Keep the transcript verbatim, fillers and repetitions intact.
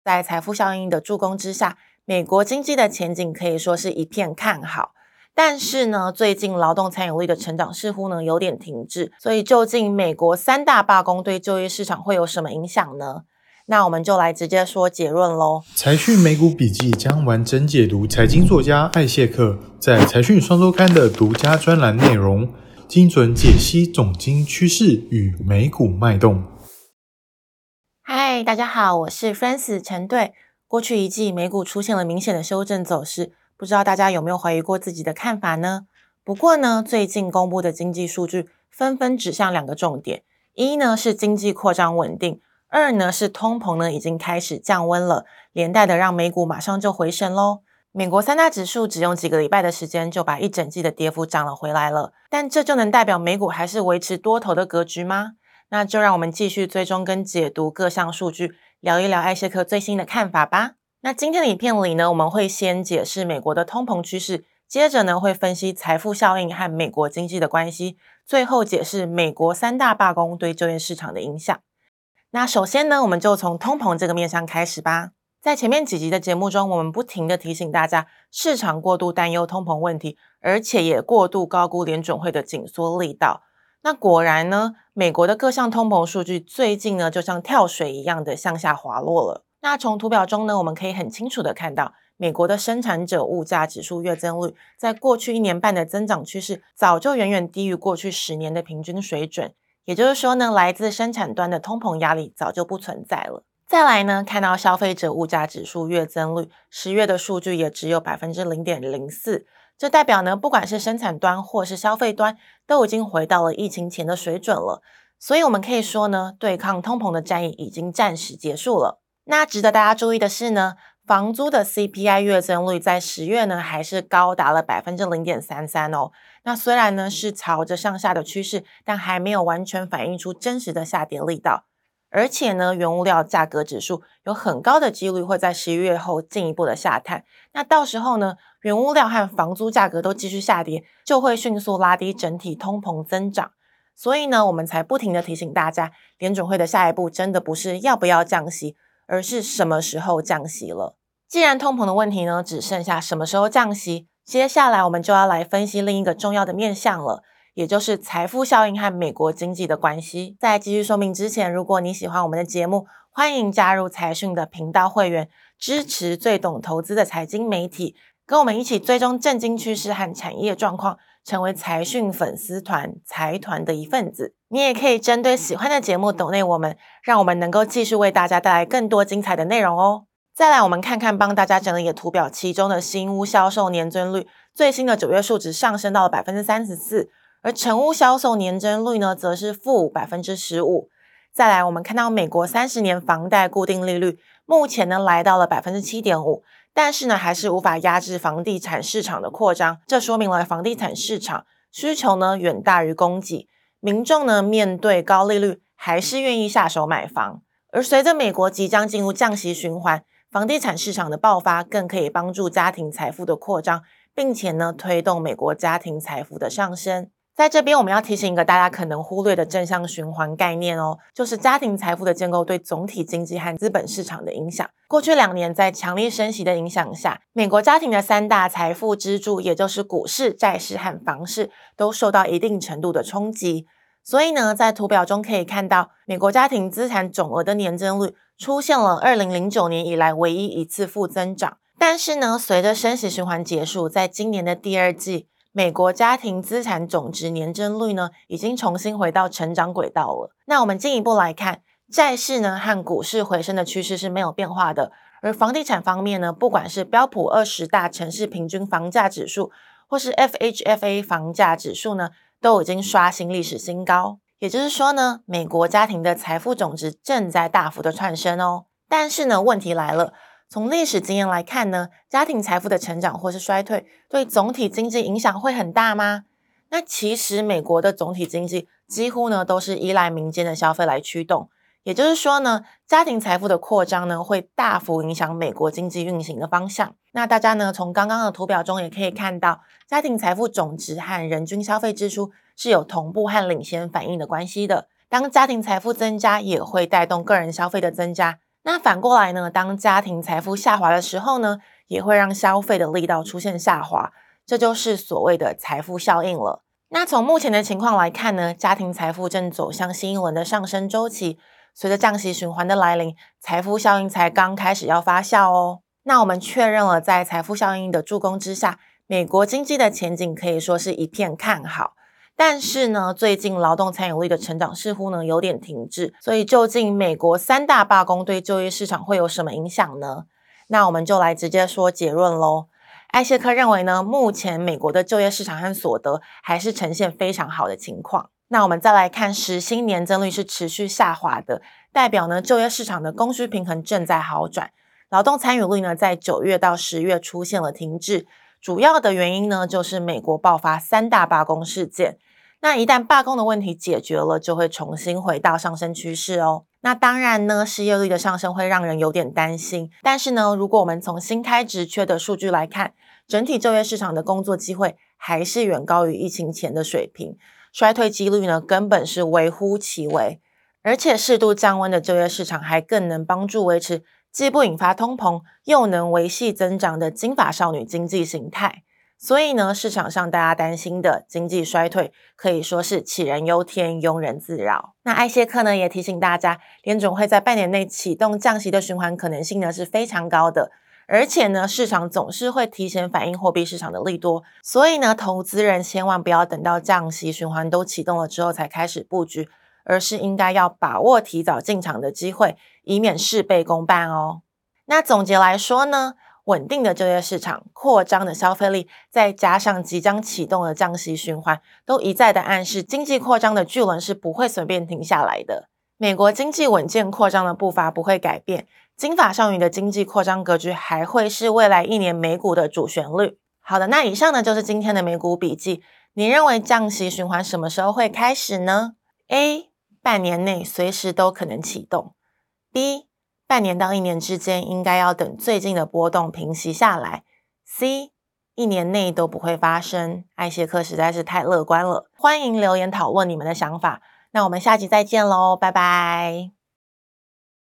在财富效应的助攻之下，美国经济的前景可以说是一片看好。但是呢，最近劳动参与率的成长似乎呢有点停滞，所以究竟美国三大罢工对就业市场会有什么影响呢？那我们就来直接说结论咯。 财讯美股笔记将完整解读财经作家艾谢克在财讯双周刊的独家专栏内容，精准解析总经趋势与美股脉动。 嗨，大家好，我是 Francis 陈队。过去一季美股出现了明显的修正走势，不知道大家有没有怀疑过自己的看法呢？不过呢，最近公布的经济数据纷纷指向两个重点，一呢是经济扩张稳定，二呢是通膨呢已经开始降温了，连带的让美股马上就回升咯。美国三大指数只用几个礼拜的时间就把一整季的跌幅涨了回来了，但这就能代表美股还是维持多头的格局吗？那就让我们继续追踪跟解读各项数据，聊一聊艾谢克最新的看法吧。那今天的影片里呢，我们会先解释美国的通膨趋势，接着呢会分析财富效应和美国经济的关系，最后解释美国三大罢工对就业市场的影响。那首先呢，我们就从通膨这个面向开始吧。在前面几集的节目中，我们不停的提醒大家，市场过度担忧通膨问题，而且也过度高估联准会的紧缩力道。那果然呢，美国的各项通膨数据最近呢，就像跳水一样的向下滑落了。那从图表中呢，我们可以很清楚的看到，美国的生产者物价指数月增率在过去一年半的增长趋势，早就远远低于过去十年的平均水准。也就是说呢，来自生产端的通膨压力早就不存在了。再来呢，看到消费者物价指数月增率，十月的数据也只有 百分之零点零四， 这代表呢，不管是生产端或是消费端，都已经回到了疫情前的水准了。所以我们可以说呢，对抗通膨的战役已经暂时结束了。那值得大家注意的是呢，房租的 C P I 月增率在十月呢，还是高达了 百分之零点三三 哦。那虽然呢是朝着向下的趋势，但还没有完全反映出真实的下跌力道。而且呢，原物料价格指数有很高的几率会在十一月后进一步的下探。那到时候呢，原物料和房租价格都继续下跌，就会迅速拉低整体通膨增长。所以呢，我们才不停的提醒大家，联准会的下一步真的不是要不要降息，而是什么时候降息了。既然通膨的问题呢，只剩下什么时候降息，接下来我们就要来分析另一个重要的面向了，也就是财富效应和美国经济的关系。在继续说明之前，如果你喜欢我们的节目，欢迎加入财讯的频道会员，支持最懂投资的财经媒体，跟我们一起追踪政经趋势和产业状况，成为财讯粉丝团财团的一份子。你也可以针对喜欢的节目抖内我们，让我们能够继续为大家带来更多精彩的内容哦。再来我们看看帮大家整理的图表，其中的新屋销售年增率最新的九月数值上升到了 百分之三十四， 而成屋销售年增率呢则是负 百分之十五。 再来我们看到美国三十年房贷固定利率目前呢来到了 百分之七点五， 但是呢还是无法压制房地产市场的扩张，这说明了房地产市场需求呢远大于供给，民众呢面对高利率还是愿意下手买房。而随着美国即将进入降息循环，房地产市场的爆发更可以帮助家庭财富的扩张，并且呢推动美国家庭财富的上升。在这边我们要提醒一个大家可能忽略的正向循环概念哦，就是家庭财富的建构对总体经济和资本市场的影响。过去两年在强力升息的影响下，美国家庭的三大财富支柱，也就是股市、债市和房市，都受到一定程度的冲击。所以呢，在图表中可以看到，美国家庭资产总额的年增率出现了二零零九年以来唯一一次负增长。但是呢，随着升息循环结束，在今年的第二季，美国家庭资产总值年增率呢，已经重新回到成长轨道了。那我们进一步来看，债市呢和股市回升的趋势是没有变化的，而房地产方面呢，不管是标普二十大城市平均房价指数，或是 F H F A 房价指数呢，都已经刷新历史新高。也就是说呢，美国家庭的财富总值正在大幅的窜升哦。但是呢，问题来了，从历史经验来看呢，家庭财富的成长或是衰退对总体经济影响会很大吗？那其实美国的总体经济几乎呢都是依赖民间的消费来驱动，也就是说呢，家庭财富的扩张呢会大幅影响美国经济运行的方向。那大家呢从刚刚的图表中也可以看到，家庭财富总值和人均消费支出是有同步和领先反应的关系的。当家庭财富增加，也会带动个人消费的增加。 那反过来呢，当家庭财富下滑的时候呢，也会让消费的力道出现下滑，这就是所谓的财富效应了。那从目前的情况来看呢，家庭财富正走向新一轮的上升周期，随着降息循环的来临，财富效应才刚开始要发酵哦。那我们确认了，在财富效应的助攻之下，美国经济的前景可以说是一片看好。但是呢，最近劳动参与率的成长似乎呢有点停滞，所以究竟美国三大罢工对就业市场会有什么影响呢？那我们就来直接说结论咯。艾谢克认为呢，目前美国的就业市场和所得还是呈现非常好的情况。那我们再来看时薪年增率是持续下滑的，代表呢就业市场的供需平衡正在好转。劳动参与率呢在九月到十月出现了停滞，主要的原因呢就是美国爆发三大罢工事件。那一旦罢工的问题解决了，就会重新回到上升趋势哦。那当然呢，失业率的上升会让人有点担心，但是呢，如果我们从新开职缺的数据来看，整体就业市场的工作机会还是远高于疫情前的水平，衰退几率呢根本是微乎其微，而且适度降温的就业市场还更能帮助维持既不引发通膨，又能维系增长的金发少女经济形态。所以呢，市场上大家担心的经济衰退可以说是杞人忧天，庸人自扰。那艾谢克呢也提醒大家，联准会在半年内启动降息的循环可能性呢是非常高的，而且呢市场总是会提前反映货币市场的利多，所以呢投资人千万不要等到降息循环都启动了之后才开始布局，而是应该要把握提早进场的机会，以免事倍功半哦。那总结来说呢，稳定的就业市场、扩张的消费力，再加上即将启动的降息循环，都一再的暗示经济扩张的巨轮是不会随便停下来的。美国经济稳健扩张的步伐不会改变，金发少女的经济扩张格局还会是未来一年美股的主旋律。好的，那以上呢就是今天的美股笔记。你认为降息循环什么时候会开始呢？ A. 半年内随时都可能启动。 B. 半年到一年之间应该要等最近的波动平息下来。 C. 一年内都不会发生，艾谢克实在是太乐观了。欢迎留言讨论你们的想法，那我们下集再见咯，拜拜。